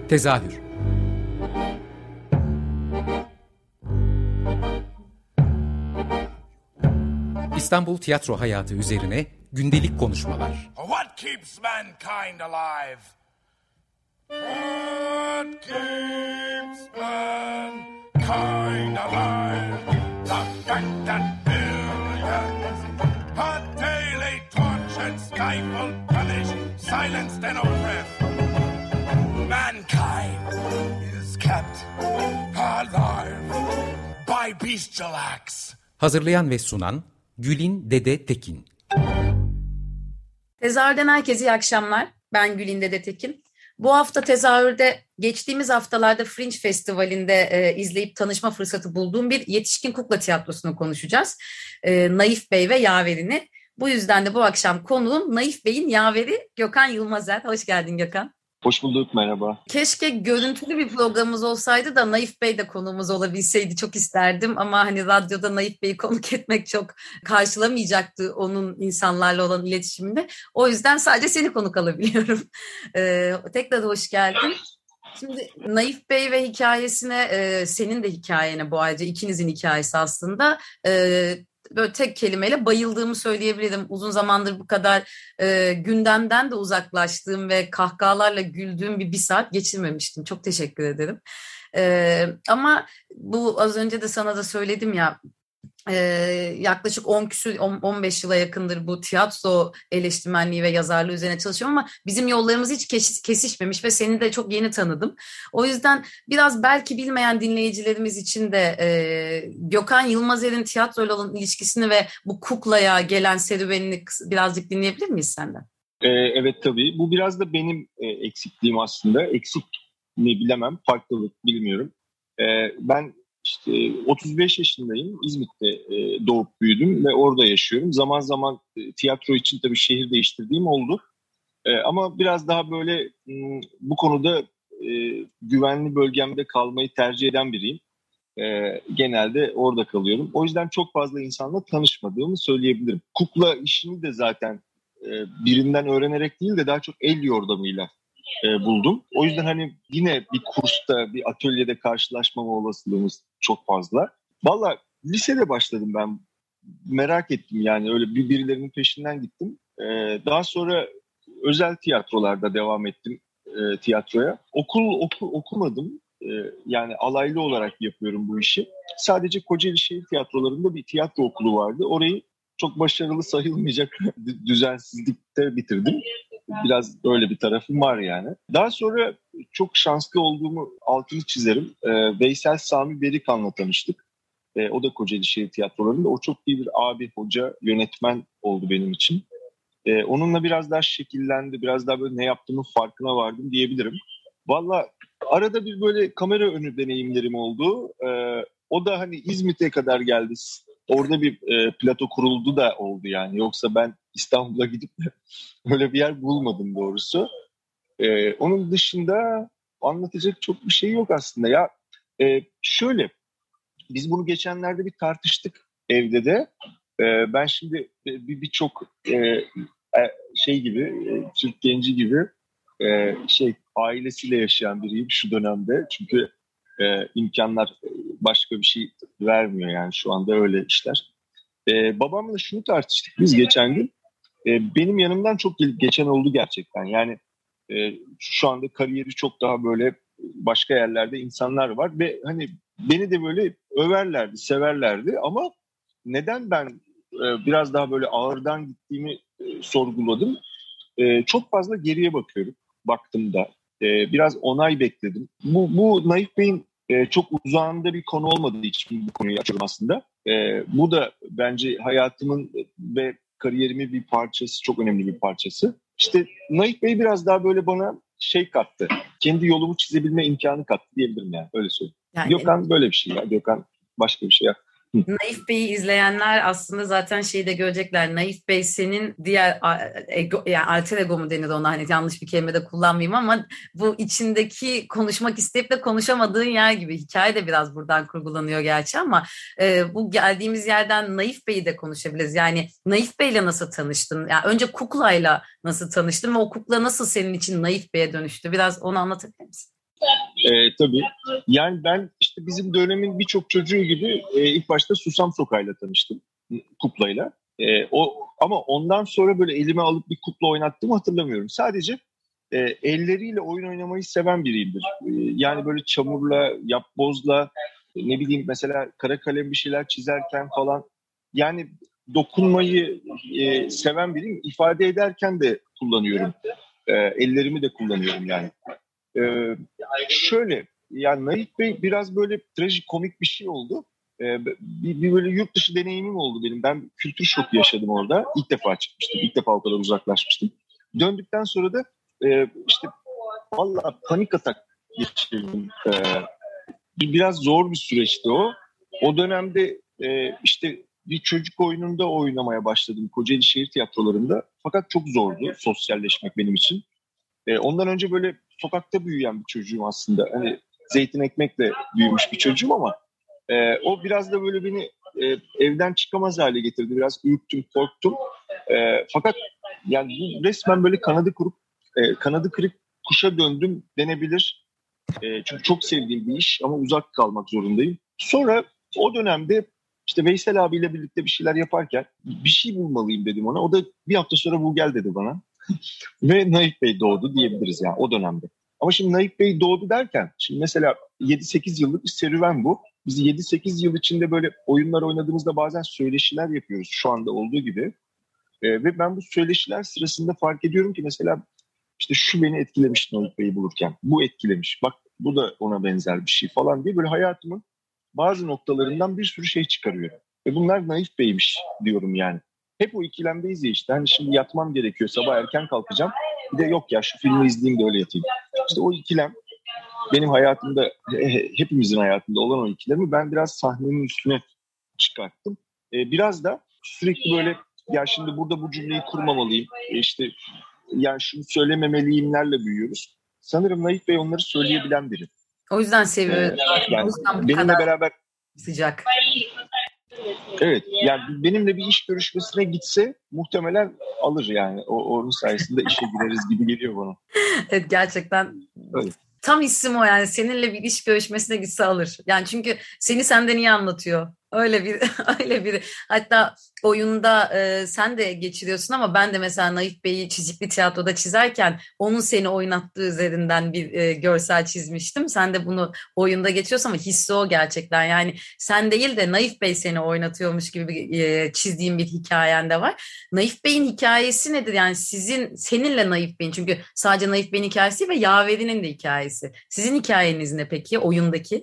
Tezahür. İstanbul tiyatro hayatı üzerine gündelik konuşmalar. What keeps mankind alive? What keeps mankind alive? The fact that billions are daily tortured, stifled, punished, silenced and oppressed. Mankind is kept alive by bestial acts. Hazırlayan ve sunan Gülin Dede Tekin. Tezahürden herkese iyi akşamlar. Ben Gülin Dede Tekin. Bu hafta tezahürde geçtiğimiz haftalarda Fringe Festivali'nde izleyip tanışma fırsatı bulduğum bir yetişkin kukla tiyatrosunu konuşacağız. Naif Bey ve Yaver'ini. Bu yüzden de bu akşam konuğum Naif Bey'in yaveri Gökhan Yılmazer. Hoş geldin Gökhan. Hoş bulduk, merhaba. Keşke görüntülü bir programımız olsaydı da Naif Bey de konuğumuz olabilseydi, çok isterdim. Ama hani radyoda Naif Bey'i konuk etmek çok karşılamayacaktı onun insanlarla olan iletişiminde. O yüzden sadece seni konuk alabiliyorum. Tekrar hoş geldin. Şimdi Naif Bey ve hikayesine, senin de hikayene bu ayrıca ikinizin hikayesi aslında. Böyle tek kelimeyle bayıldığımı söyleyebilirim. Uzun zamandır bu kadar gündemden de uzaklaştığım ve kahkahalarla güldüğüm bir saat geçirmemiştim. Çok teşekkür ederim. Ama bu az önce de sana da söyledim ya, yaklaşık 15 yıla yakındır bu tiyatro eleştirmenliği ve yazarlığı üzerine çalışıyorum ama bizim yollarımız hiç kesişmemiş ve seni de çok yeni tanıdım. O yüzden biraz belki bilmeyen dinleyicilerimiz için de Gökhan Yılmazer'in tiyatroyla olan ilişkisini ve bu kuklaya gelen serüvenini birazcık dinleyebilir miyiz senden? Evet tabii. Bu biraz da benim eksikliğim aslında. Eksik mi bilemem, farklılık bilmiyorum. Ben İşte 35 yaşındayım. İzmit'te doğup büyüdüm ve orada yaşıyorum. Zaman zaman tiyatro için tabii şehir değiştirdiğim oldu. Ama biraz daha böyle bu konuda güvenli bölgemde kalmayı tercih eden biriyim. Genelde orada kalıyorum. O yüzden çok fazla insanla tanışmadığımı söyleyebilirim. Kukla işini de zaten birinden öğrenerek değil de daha çok el yordamıyla buldum. O yüzden hani yine bir kursta, bir atölyede karşılaşmama olasılığımız çok fazla. Valla lisede başladım ben. Merak ettim yani, öyle birilerinin peşinden gittim. Daha sonra özel tiyatrolarda devam ettim tiyatroya. Okul okumadım. Yani alaylı olarak yapıyorum bu işi. Sadece Kocaeli Şehir Tiyatroları'nda bir tiyatro okulu vardı. Orayı çok başarılı sayılmayacak düzensizlikte bitirdim. Biraz öyle bir tarafım var yani. Daha sonra çok şanslı olduğumu altını çizerim. Veysel Sami Berikan'la tanıştık. O da Kocaeli Şehir Tiyatroları'nda. O çok iyi bir abi, hoca, yönetmen oldu benim için. Onunla biraz daha şekillendi. Biraz daha böyle ne yaptığımın farkına vardım diyebilirim. Valla arada bir böyle kamera önü deneyimlerim oldu. O da hani İzmit'e kadar geldi. Orada bir plato kuruldu da oldu yani. Yoksa ben İstanbul'a gidip öyle bir yer bulmadım doğrusu. Onun dışında anlatacak çok bir şey yok aslında. Ya şöyle, biz bunu geçenlerde bir tartıştık evde de. Ben şimdi birçok şey gibi, Türk genci gibi ailesiyle yaşayan biriyim şu dönemde. Çünkü imkanlar başka bir şey vermiyor yani, şu anda öyle işler. Babamla şunu tartıştık biz geçen gün. Benim yanımdan çok gelip geçen oldu gerçekten. Yani şu anda kariyeri çok daha böyle başka yerlerde insanlar var ve hani beni de böyle överlerdi, severlerdi ama neden ben biraz daha böyle ağırdan gittiğimi sorguladım. Çok fazla geriye bakıyorum baktığımda. Biraz onay bekledim. Bu Naif Bey'in çok uzağında bir konu olmadığı için bu konuyu açıyorum aslında. Bu da bence hayatımın ve kariyerimin bir parçası, çok önemli bir parçası. İşte Naif Bey biraz daha böyle bana şey kattı. Kendi yolumu çizebilme imkanı kattı diyebilirim yani. Öyle söyleyeyim. Yani, Gökhan böyle bir şey ya. Gökhan başka bir şey ya. Naif Bey'i izleyenler aslında zaten şeyi de görecekler. Naif Bey senin diğer yani alter ego mu denir ona, hani yanlış bir kelime de kullanmayayım ama bu içindeki konuşmak isteyip de konuşamadığın yer gibi. Hikaye de biraz buradan kurgulanıyor gerçi ama bu geldiğimiz yerden Naif Bey'i de konuşabiliriz. Yani Naif Bey'le nasıl tanıştın? Yani önce kuklayla nasıl tanıştın ve o kukla nasıl senin için Naif Bey'e dönüştü? Biraz onu anlatabilir misin? Tabii. Yani ben işte bizim dönemin birçok çocuğu gibi ilk başta Susam Sokağı'yla tanıştım. Kuklayla. Ama ondan sonra böyle elime alıp bir kukla oynattığımı hatırlamıyorum. Sadece elleriyle oyun oynamayı seven biriyimdir. Yani böyle çamurla, yapbozla, ne bileyim mesela kara kalem bir şeyler çizerken falan. Yani dokunmayı seven biriyim. İfade ederken de kullanıyorum. Ellerimi de kullanıyorum yani. Şöyle, yani Naif Bey biraz böyle trajikomik bir şey oldu. Bir böyle yurt dışı deneyimim oldu benim. Ben kültür şoku yaşadım orada. İlk defa çıkmıştım. İlk defa o kadar uzaklaşmıştım. Döndükten sonra da işte vallahi panik atak geçirdim. Biraz zor bir süreçti o. O dönemde işte bir çocuk oyununda oynamaya başladım Kocaeli Şehir Tiyatroları'nda. Fakat çok zordu sosyalleşmek benim için. Ondan önce böyle sokakta büyüyen bir çocuğum aslında. Hani zeytin ekmekle büyümüş bir çocuğum ama o biraz da böyle beni evden çıkamaz hale getirdi. Biraz ürktüm, korktum. Fakat yani bu resmen böyle kanadı kırık kuşa döndüm denebilir. Çünkü çok sevdiğim bir iş ama uzak kalmak zorundayım. Sonra o dönemde işte Veysel abiyle birlikte bir şeyler yaparken bir şey bulmalıyım dedim ona. O da bir hafta sonra bul gel dedi bana. Ve Naif Bey doğdu diyebiliriz yani o dönemde. Ama şimdi Naif Bey doğdu derken, şimdi mesela 7-8 yıllık bir serüven bu. Biz 7-8 yıl içinde böyle oyunlar oynadığımızda bazen söyleşiler yapıyoruz şu anda olduğu gibi. Ve ben bu söyleşiler sırasında fark ediyorum ki mesela işte şu beni etkilemiş Naif Bey'i bulurken. Bu etkilemiş. Bak bu da ona benzer bir şey falan diye böyle hayatımın bazı noktalarından bir sürü şey çıkarıyorum. Ve bunlar Naif Bey'miş diyorum yani. Hep o ikilemdeyiz ya işte. Hani şimdi yatmam gerekiyor. Sabah erken kalkacağım. Bir de yok ya şu filmi izleyeyim de öyle yatayım. İşte o ikilem benim hayatımda, hepimizin hayatında olan o ikilemi ben biraz sahnenin üstüne çıkarttım. Biraz da sürekli böyle ya şimdi burada bu cümleyi kurmamalıyım. İşte yani şunu söylememeliyimlerle büyüyoruz. Sanırım Naif Bey onları söyleyebilen biri. O yüzden seviyorum. Yani o yüzden bu benimle kadar beraber sıcak. evet yani benimle bir iş görüşmesine gitse muhtemelen alır yani. Onun sayesinde işe gireriz gibi geliyor bana. Evet, gerçekten Öyle. tam isim o yani. Seninle bir iş görüşmesine gitse alır. Yani çünkü seni senden iyi anlatıyor. Öyle bir öyle biri. Hatta oyunda sen de geçiriyorsun ama ben de mesela Naif Bey'i Çizikli Tiyatro'da çizerken onun seni oynattığı üzerinden bir görsel çizmiştim. Sen de bunu oyunda geçiyorsun ama hissi o gerçekten. Yani sen değil de Naif Bey seni oynatıyormuş gibi çizdiğim bir hikayen de var. Naif Bey'in hikayesi nedir? Yani seninle Naif Bey'in, çünkü sadece Naif Bey'in hikayesi değil ve Yaveri'nin de hikayesi. Sizin hikayeniz ne peki oyundaki?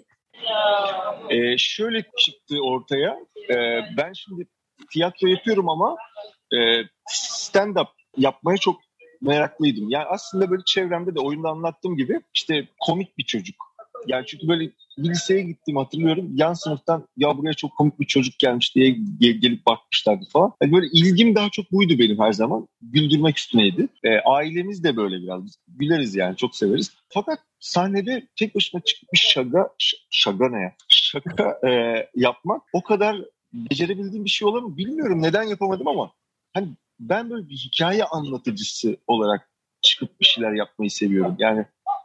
Şöyle çıktı ortaya. Ben şimdi tiyatro yapıyorum ama stand-up yapmaya çok meraklıydım. Yani aslında böyle çevremde de oyunda anlattığım gibi işte komik bir çocuk. Yani çünkü böyle bir liseye gittiğimi hatırlıyorum. Yan sınıftan ya buraya çok komik bir çocuk gelmiş diye gelip bakmışlardı falan. Yani böyle ilgim daha çok buydu benim her zaman. Güldürmek üstüneydi. Ailemiz de böyle biraz. Biz güleriz yani çok severiz. Fakat sahnede tek başıma çıkıp bir şaka ne ya? Şaka yapmak o kadar becerebildiğim bir şey olur mu bilmiyorum. Neden yapamadım ama hani ben böyle bir hikaye anlatıcısı olarak çıkıp bir şeyler yapmayı seviyorum. Yani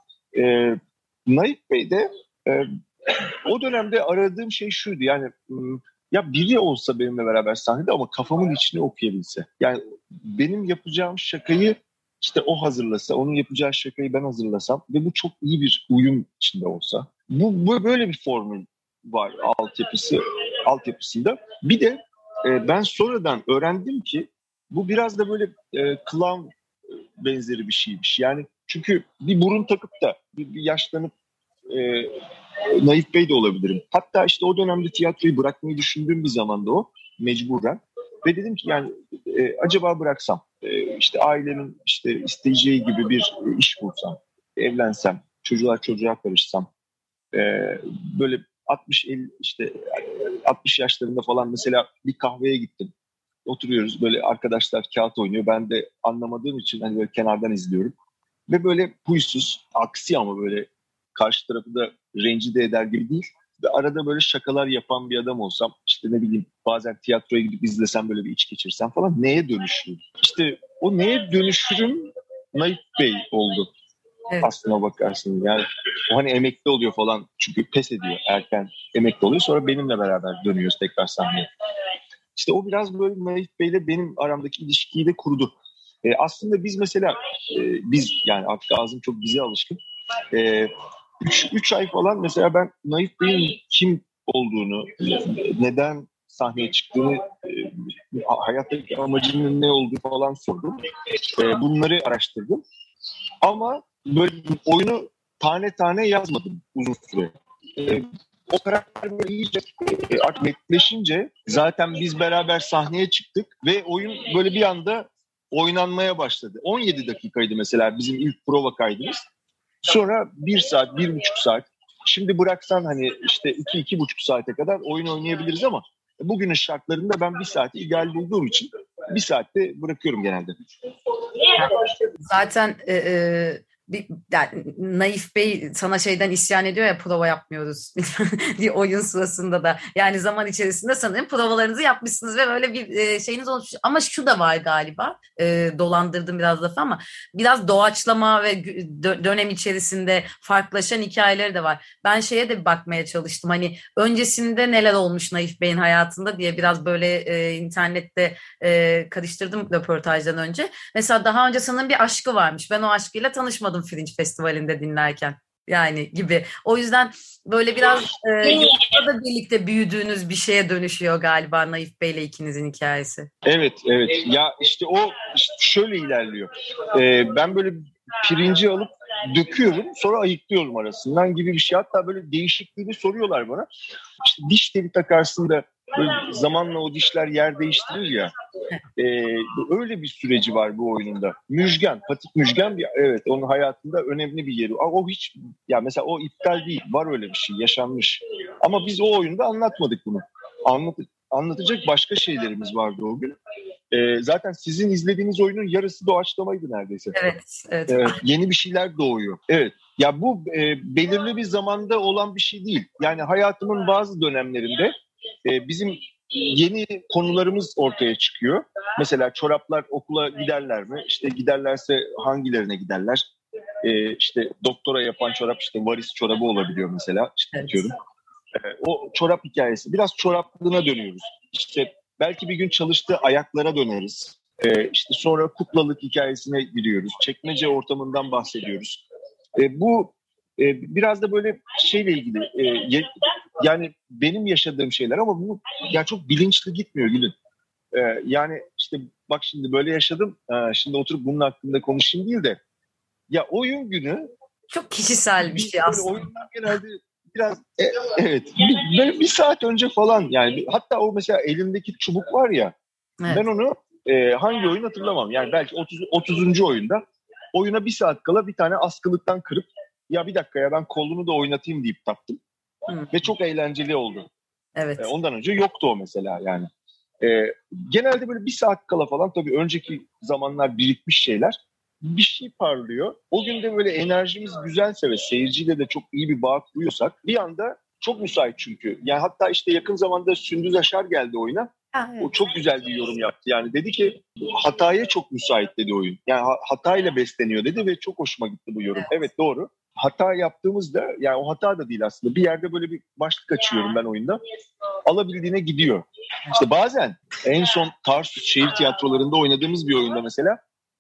Naif Bey de o dönemde aradığım şey şuydu yani ya biri olsa benimle beraber sahnede ama kafamın içini okuyabilse. Yani benim yapacağım şakayı işte o hazırlasa, onun yapacağı şakayı ben hazırlasam ve bu çok iyi bir uyum içinde olsa. Bu böyle bir formül var altyapısında. Bir de ben sonradan öğrendim ki bu biraz da böyle clown benzeri bir şeymiş. Yani çünkü bir burun takıp da bir yaşlanıp Naif Bey de olabilirim. Hatta işte o dönemde tiyatroyu bırakmayı düşündüğüm bir zamanda o mecburen. Ve dedim ki yani acaba bıraksam işte ailemin işte isteyeceği gibi bir iş bulsam, evlensem, çocuğa karışsam böyle 60-50 işte 60 yaşlarında falan mesela bir kahveye gittim. Oturuyoruz böyle arkadaşlar kağıt oynuyor. Ben de anlamadığım için hani böyle kenardan izliyorum. Ve böyle huysuz, aksi ama böyle karşı tarafı da rencide eder gibi değil. Ve arada böyle şakalar yapan bir adam olsam işte ne bileyim bazen tiyatroya gidip izlesem böyle bir iç geçirsem falan neye dönüşürüm? İşte o neye dönüşürüm Naif Bey oldu. Evet. aslına bakarsın. Yani o hani emekli oluyor falan çünkü pes ediyor, erken emekli oluyor, sonra benimle beraber dönüyoruz tekrar sahneye. İşte o biraz böyle Naif Bey'le benim aramdaki ilişkiyi de kurdu. Aslında biz mesela biz yani artık ağzım çok bize alışkın. 3 ay falan mesela ben Naif Bey'in kim olduğunu, neden sahneye çıktığını, hayattaki amacının ne olduğu falan sordum. Bunları araştırdım. Ama böyle oyunu tane tane yazmadım uzun süre. O karakter böyle iyice artık netleşince zaten biz beraber sahneye çıktık ve oyun böyle bir anda oynanmaya başladı. 17 dakikaydı mesela bizim ilk prova kaydımız. Sonra 1 saat, 1,5 saat. Şimdi bıraksan hani işte 2-2,5 saate kadar oyun oynayabiliriz ama bugünün şartlarında ben 1 saati ideal bulduğum için 1 saatte bırakıyorum genelde. Zaten yani Naif Bey sana şeyden isyan ediyor ya, prova yapmıyoruz bir oyun sırasında da. Yani zaman içerisinde sanırım provalarınızı yapmışsınız ve böyle bir şeyiniz olmuş. Ama şu da var galiba, dolandırdım biraz lafı ama biraz doğaçlama ve dönem içerisinde farklılaşan hikayeleri de var. Ben şeye de bakmaya çalıştım, hani öncesinde neler olmuş Naif Bey'in hayatında diye biraz böyle internette karıştırdım röportajdan önce. Mesela daha önce sanırım bir aşkı varmış. Ben o aşkıyla tanışmadım Fringe Festivali'nde dinlerken. Yani gibi. O yüzden böyle biraz yolda da birlikte büyüdüğünüz bir şeye dönüşüyor galiba Naif Bey'le ikinizin hikayesi. Evet, evet. Ya işte o işte şöyle ilerliyor. Ben böyle pirinci alıp döküyorum, sonra ayıklıyorum arasından gibi bir şey. Hatta böyle değişikliğini soruyorlar bana. İşte diş teli takarsın da böyle zamanla o dişler yer değiştirir ya. Öyle bir süreci var bu oyununda. Müjgan, Patik Müjgan, evet, onun hayatında önemli bir yeri. O hiç, ya mesela o iptal değil. Var öyle bir şey, yaşanmış. Ama biz o oyunda anlatmadık bunu. Anlatacak başka şeylerimiz vardı o gün. Zaten sizin izlediğiniz oyunun yarısı doğaçlamaydı neredeyse. Evet, evet. Yeni bir şeyler doğuyor. Evet. Ya bu belirli bir zamanda olan bir şey değil. Yani hayatımın bazı dönemlerinde bizim yeni konularımız ortaya çıkıyor. Mesela çoraplar okula giderler mi? İşte giderlerse hangilerine giderler? İşte doktora yapan çorap işte varis çorabı olabiliyor mesela. İşte Evet. diyorum. O çorap hikayesi. Biraz çoraplığına dönüyoruz. İşte belki bir gün çalıştığı ayaklara döneriz. İşte sonra kuklalık hikayesine giriyoruz. Çekmece ortamından bahsediyoruz. Bu biraz da böyle şeyle ilgili. Yani benim yaşadığım şeyler ama bu yani çok bilinçli gitmiyor Gül'ün. Yani işte bak şimdi böyle yaşadım. Şimdi oturup bunun hakkında konuşayım değil de. Ya oyun günü Çok kişisel bir şey aslında. oyunlar genelde biraz evet böyle 1 saat önce falan yani hatta o mesela elimdeki çubuk var ya, Evet. ben onu hangi oyun hatırlamam yani belki 30. oyunda oyuna 1 saat kala bir tane askılıktan kırıp ya bir dakika ya ben kolunu da oynatayım deyip taktım. Ve çok eğlenceli oldu. Evet. Ondan önce yoktu o mesela yani. Genelde böyle 1 saat kala falan tabii önceki zamanlar birikmiş şeyler bir şey parlıyor. O gün de böyle enerjimiz güzelse ve seyirciyle de çok iyi bir bağ kuruyorsak bir anda çok müsait çünkü. Yani hatta işte yakın zamanda Sündüz Aşar geldi oyuna. Evet. O çok güzel bir yorum yaptı. Yani dedi ki hataya çok müsait dedi oyun. Yani hatayla besleniyor dedi ve çok hoşuma gitti bu yorum. Evet doğru. Hata yaptığımızda yani o hata da değil aslında. Bir yerde böyle bir başlık açıyorum ben oyunda. Alabildiğine gidiyor. İşte bazen en son Tarsus şehir tiyatrolarında oynadığımız bir oyunda mesela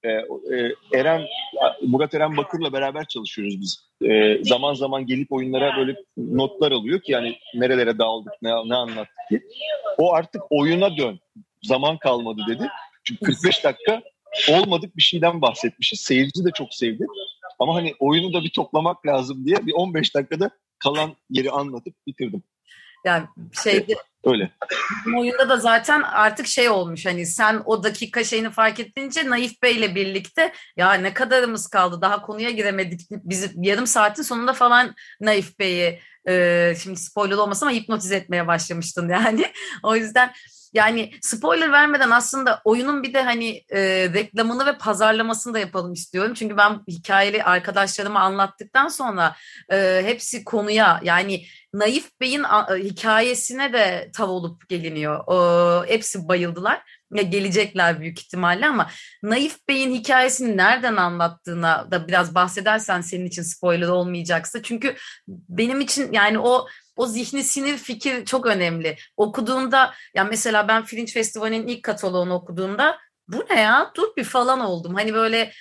Murat Eren Bakır'la beraber çalışıyoruz biz. Zaman zaman gelip oyunlara böyle notlar alıyor ki yani nerelere dağıldık, ne anlattık diye. O artık oyuna dön. Zaman kalmadı dedi. Çünkü 45 dakika olmadık bir şeyden bahsetmişiz. Seyirci de çok sevdi. Ama hani oyunu da bir toplamak lazım diye bir 15 dakikada kalan yeri anlatıp bitirdim. Yani şeyde öyle. Bu oyunda da zaten artık şey olmuş, hani sen o dakika şeyini fark ettiğince Naif Bey'le birlikte ya ne kadarımız kaldı daha konuya giremedik. Biz yarım saatin sonunda falan Naif Bey'i şimdi spoiler olmasın ama hipnotize etmeye başlamıştın yani. O yüzden yani spoiler vermeden aslında oyunun bir de hani reklamını ve pazarlamasını da yapalım istiyorum. Çünkü ben hikayeli arkadaşlarıma anlattıktan sonra hepsi konuya yani Naif Bey'in hikayesine de tav olup geliniyor. Hepsi bayıldılar. gelecekler büyük ihtimalle ama Naif Bey'in hikayesini nereden anlattığına da biraz bahsedersen senin için spoiler olmayacaksa. Çünkü benim için yani o zihni sinir fikir çok önemli. Okuduğumda ya mesela ben Fringe Festivali'nin ilk kataloğunu okuduğumda bu ne ya dur bir falan oldum. Hani böyle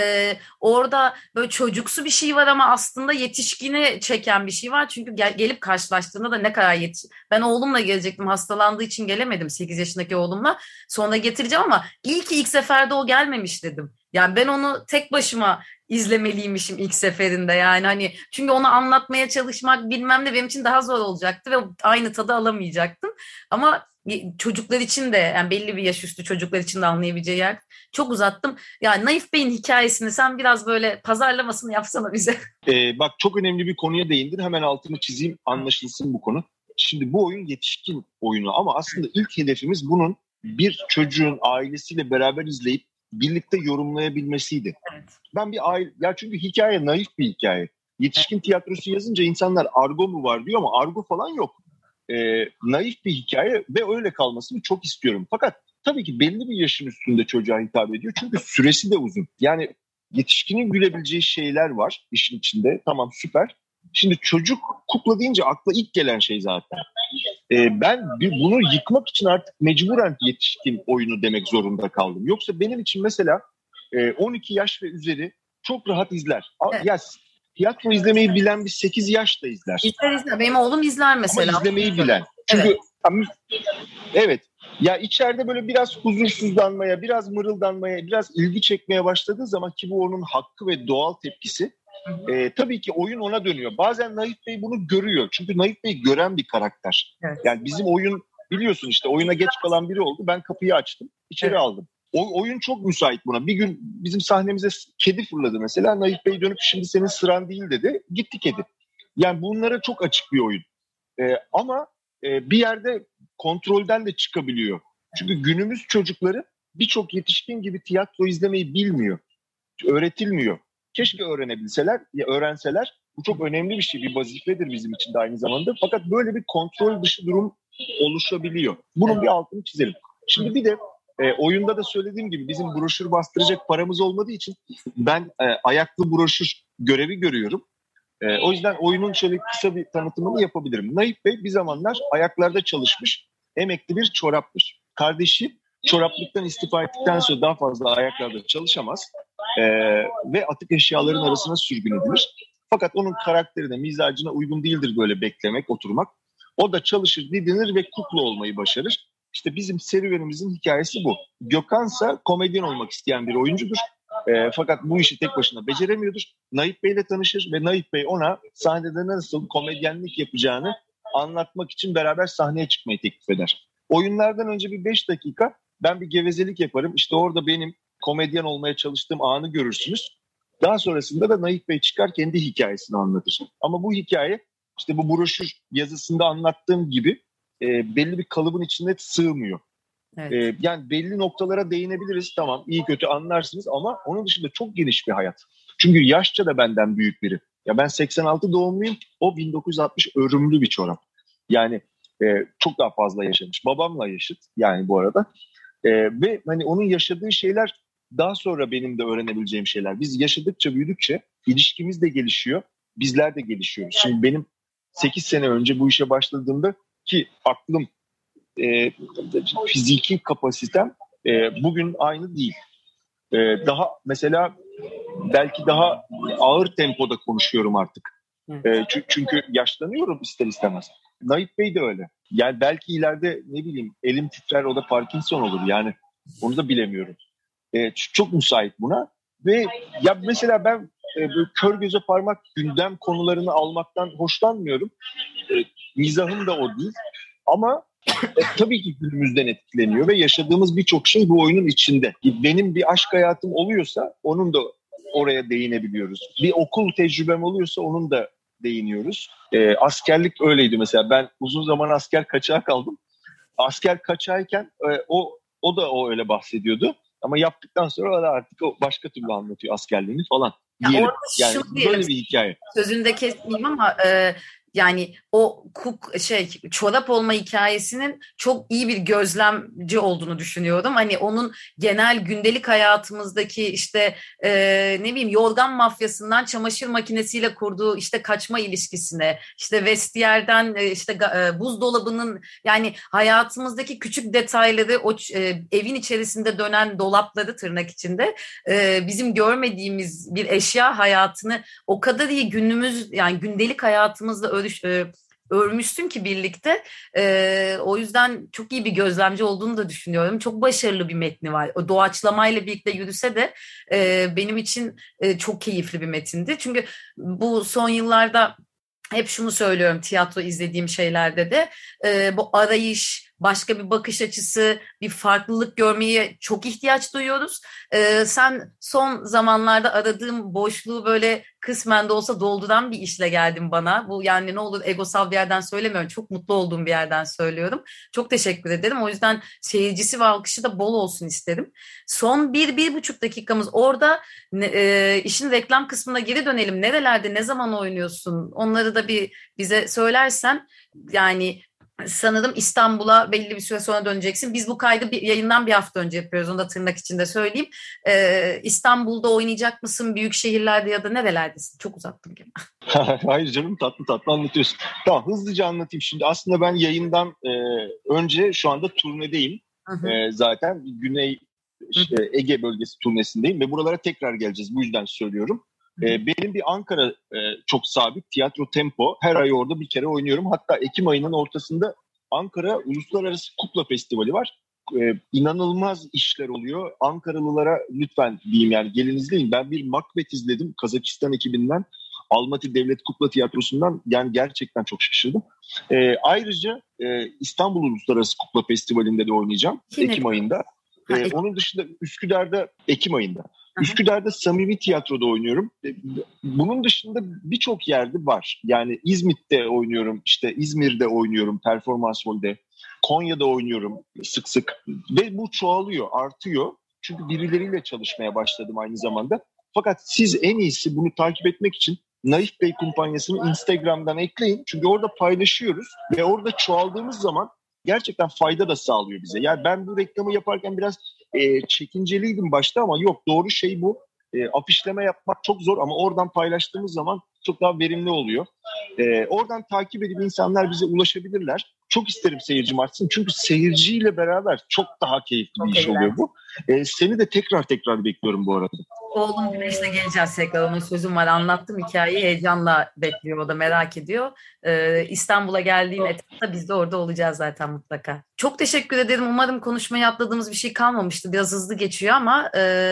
orada böyle çocuksu bir şey var ama aslında yetişkine çeken bir şey var. Çünkü gelip karşılaştığında da ne kadar Ben oğlumla gelecektim. Hastalandığı için gelemedim 8 yaşındaki oğlumla. Sonra getireceğim ama ilk seferde o gelmemiş dedim. Yani ben onu tek başıma izlemeliymişim ilk seferinde yani hani çünkü onu anlatmaya çalışmak bilmem ne benim için daha zor olacaktı ve aynı tadı alamayacaktım. Ama çocuklar için de yani belli bir yaş üstü çocuklar için de anlayabileceği yer. Çok uzattım. Yani Naif Bey'in hikayesini sen biraz böyle pazarlamasını yapsana bize. Bak çok önemli bir konuya değindin. Hemen altını çizeyim, anlaşılsın bu konu. Şimdi bu oyun yetişkin oyunu ama aslında ilk hedefimiz bunun bir çocuğun ailesiyle beraber izleyip birlikte yorumlayabilmesiydi. Evet. Ben bir aile, ya çünkü hikaye naif bir hikaye. Yetişkin tiyatrosu yazınca insanlar argo mu var diyor ama argo falan yok. Naif bir hikaye ve öyle kalmasını çok istiyorum. Fakat tabii ki belli bir yaşın üstünde çocuğa hitap ediyor. Çünkü süresi de uzun. Yani yetişkinin gülebileceği şeyler var işin içinde. Tamam, süper. Şimdi çocuk kukla deyince akla ilk gelen şey zaten. Ben bunu yıkmak için artık mecburen yetişkin oyunu demek zorunda kaldım. Yoksa benim için mesela 12 yaş ve üzeri çok rahat izler. Evet. Ya tiyatro izlemeyi bilen bir 8 yaş da izler. İzler. Benim oğlum izler mesela. Ama izlemeyi bilen. Çünkü evet. Ya içeride böyle biraz huzursuzlanmaya, biraz mırıldanmaya, biraz ilgi çekmeye başladığı zaman ki bu onun hakkı ve doğal tepkisi. Tabii ki oyun ona dönüyor. Bazen Naif Bey bunu görüyor. Çünkü Naif Bey gören bir karakter. Evet. Yani bizim oyun biliyorsun işte oyuna geç kalan biri oldu. Ben kapıyı açtım, içeri aldım. Oyun çok müsait buna. Bir gün bizim sahnemize kedi fırladı mesela. Naif Bey dönüp şimdi senin sıran değil dedi. Gitti kedi. Yani bunlara çok açık bir oyun. Ama bir yerde kontrolden de çıkabiliyor. Çünkü günümüz çocukları birçok yetişkin gibi tiyatro izlemeyi bilmiyor. Öğretilmiyor. Keşke öğrenebilseler, ya öğrenseler. Bu çok önemli bir şey, bir vazifedir bizim için de aynı zamanda. Fakat böyle bir kontrol dışı durum oluşabiliyor. Bunun bir altını çizelim. Şimdi bir de oyunda da söylediğim gibi bizim broşür bastıracak paramız olmadığı için ben ayaklı broşür görevi görüyorum. O yüzden oyunun şöyle kısa bir tanıtımını yapabilirim. Naif Bey bir zamanlar ayaklarda çalışmış, emekli bir çoraptır. Kardeşi çoraplıktan istifa ettikten sonra daha fazla ayaklarda çalışamaz ve atık eşyaların arasına sürgün edilir. Fakat onun karakterine, mizacına uygun değildir böyle beklemek, oturmak. O da çalışır, didinir ve kukla olmayı başarır. İşte bizim serüvenimizin hikayesi bu. Gökhan'sa komedyen olmak isteyen bir oyuncudur. Fakat bu işi tek başına beceremiyordur. Naif Bey ile tanışır ve Naif Bey ona sahnede nasıl komedyenlik yapacağını anlatmak için beraber sahneye çıkmayı teklif eder. Oyunlardan önce bir 5 dakika ben bir gevezelik yaparım. İşte orada benim komedyen olmaya çalıştığım anı görürsünüz. Daha sonrasında da Naif Bey çıkar kendi hikayesini anlatır. Ama bu hikaye işte bu broşür yazısında anlattığım gibi belli bir kalıbın içinde sığmıyor. Evet. Yani belli noktalara değinebiliriz, tamam, iyi kötü anlarsınız ama onun dışında çok geniş bir hayat. Çünkü yaşça da benden büyük biri. Ya ben 86 doğumluyum, o 1960 örümlü bir çorap. Yani çok daha fazla yaşamış. Babamla yaşıt yani bu arada. Ve hani onun yaşadığı şeyler daha sonra benim de öğrenebileceğim şeyler. Biz yaşadıkça, büyüdükçe ilişkimiz de gelişiyor, bizler de gelişiyoruz. Şimdi benim 8 sene önce bu işe başladığımda ki aklım, fiziki kapasitem bugün aynı değil. Daha mesela belki daha ağır tempoda konuşuyorum artık. Çünkü yaşlanıyorum ister istemez. Naif Bey de öyle. Yani belki ileride ne bileyim elim titrer, o da Parkinson olur. Yani onu da bilemiyorum. Çok müsait buna. Ve ya mesela ben böyle kör göze parmak gündem konularını almaktan hoşlanmıyorum. Mizahım da o değil. Ama tabii ki günümüzden etkileniyor ve yaşadığımız birçok şey bu oyunun içinde. Benim bir aşk hayatım oluyorsa onun da oraya değinebiliyoruz. Bir okul tecrübem oluyorsa onun da değiniyoruz. Askerlik öyleydi mesela. Ben uzun zaman asker kaçağı kaldım. Asker kaçağıyken o da öyle bahsediyordu. Ama yaptıktan sonra da artık o başka türlü anlatıyor askerliğini falan. Yani böyle bir hikaye. Sözünde kesmeyeyim ama yani o çorap olma hikayesinin çok iyi bir gözlemci olduğunu düşünüyorum. Hani onun genel gündelik hayatımızdaki işte ne bileyim yorgan mafyasından çamaşır makinesiyle kurduğu işte kaçma ilişkisine, işte vestiyerden buzdolabının, yani hayatımızdaki küçük detayları, o evin içerisinde dönen dolapları tırnak içinde bizim görmediğimiz bir eşya hayatını o kadar iyi günümüz, yani gündelik hayatımızla örmüşsün ki birlikte. O yüzden çok iyi bir gözlemci olduğunu da düşünüyorum. Çok başarılı bir metni var. O doğaçlamayla birlikte yürüse de benim için çok keyifli bir metindi. Çünkü bu son yıllarda hep şunu söylüyorum tiyatro izlediğim şeylerde de, bu arayış, başka bir bakış açısı, bir farklılık görmeye çok ihtiyaç duyuyoruz. Sen son zamanlarda aradığım boşluğu böyle kısmen de olsa dolduran bir işle geldin bana. Bu yani ne olur egosal bir yerden söylemiyorum. Çok mutlu olduğum bir yerden söylüyorum. Çok teşekkür ederim. O yüzden seyircisi ve alkışı da bol olsun isterim. Son 1-1,5 dakikamız orada, işin reklam kısmına geri dönelim. Nerelerde, ne zaman oynuyorsun? Onları da bize söylersen, yani sanırım İstanbul'a belli bir süre sonra döneceksin. Biz bu kaydı yayından bir hafta önce yapıyoruz. Onu da tırnak içinde söyleyeyim. İstanbul'da oynayacak mısın? Büyük şehirlerde ya da nerelerdesin? Çok uzattım gene. Hayır canım, tatlı tatlı anlatıyorsun. Tamam, hızlıca anlatayım şimdi. Aslında ben yayından önce şu anda turnedeyim. Zaten Güney Ege bölgesi turnesindeyim ve buralara tekrar geleceğiz. Bu yüzden söylüyorum. Benim bir Ankara çok sabit tiyatro Tempo. Her ay orada bir kere oynuyorum. Hatta Ekim ayının ortasında Ankara Uluslararası Kukla Festivali var. İnanılmaz işler oluyor. Ankaralılara lütfen diyeyim, yani gelin izleyin. Ben bir Macbeth izledim Kazakistan ekibinden. Almaty Devlet Kukla Tiyatrosu'ndan, yani gerçekten çok şaşırdım. Ayrıca İstanbul Uluslararası Kukla Festivali'nde de oynayacağım Ekim ayında. Onun dışında Üsküdar'da Ekim ayında. Üsküdar'da Samimi Tiyatro'da oynuyorum. Bunun dışında birçok yerde var. Yani İzmit'te oynuyorum, işte İzmir'de oynuyorum, performans holde. Konya'da oynuyorum sık sık. Ve bu çoğalıyor, artıyor. Çünkü birileriyle çalışmaya başladım aynı zamanda. Fakat siz en iyisi bunu takip etmek için Naif Bey Kumpanyası'nı Instagram'dan ekleyin. Çünkü orada paylaşıyoruz ve orada çoğaldığımız zaman gerçekten fayda da sağlıyor bize. Yani ben bu reklamı yaparken biraz çekinceliydim başta ama yok, doğru şey bu. Afişleme yapmak çok zor ama oradan paylaştığımız zaman çok daha verimli oluyor. Oradan takip edip insanlar bize ulaşabilirler. Çok isterim seyircim artsın. Çünkü seyirciyle beraber çok daha keyifli bir iş oluyor bu. Seni de tekrar bekliyorum bu arada. Oğlum Güneş'le geleceğiz tekrar. Onun sözüm var. Anlattım hikayeyi. Heyecanla bekliyor. O da merak ediyor. İstanbul'a geldiğin etapta biz de orada olacağız zaten mutlaka. Çok teşekkür ederim. Umarım konuşmayı atladığımız bir şey kalmamıştı. Biraz hızlı geçiyor ama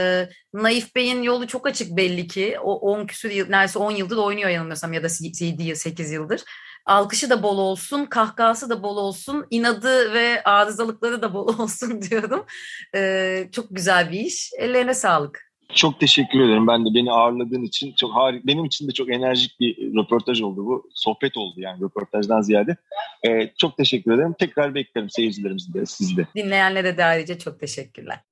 Naif Bey'in yolu çok açık belli ki. O 10 küsur yıl, neredeyse 10 yıldır oynuyor yanılmıyorsam, ya da 8 yıldır. Alkışı da bol olsun, kahkahası da bol olsun, inadı ve arızalıkları da bol olsun diyorum. Çok güzel bir iş. Ellerine sağlık. Çok teşekkür ederim. Ben de beni ağırladığın için çok harika. Benim için de çok enerjik bir röportaj oldu bu. Sohbet oldu yani, röportajdan ziyade. Çok teşekkür ederim. Tekrar beklerim seyircilerimizi de, sizi de. Dinleyenlere de ayrıca çok teşekkürler.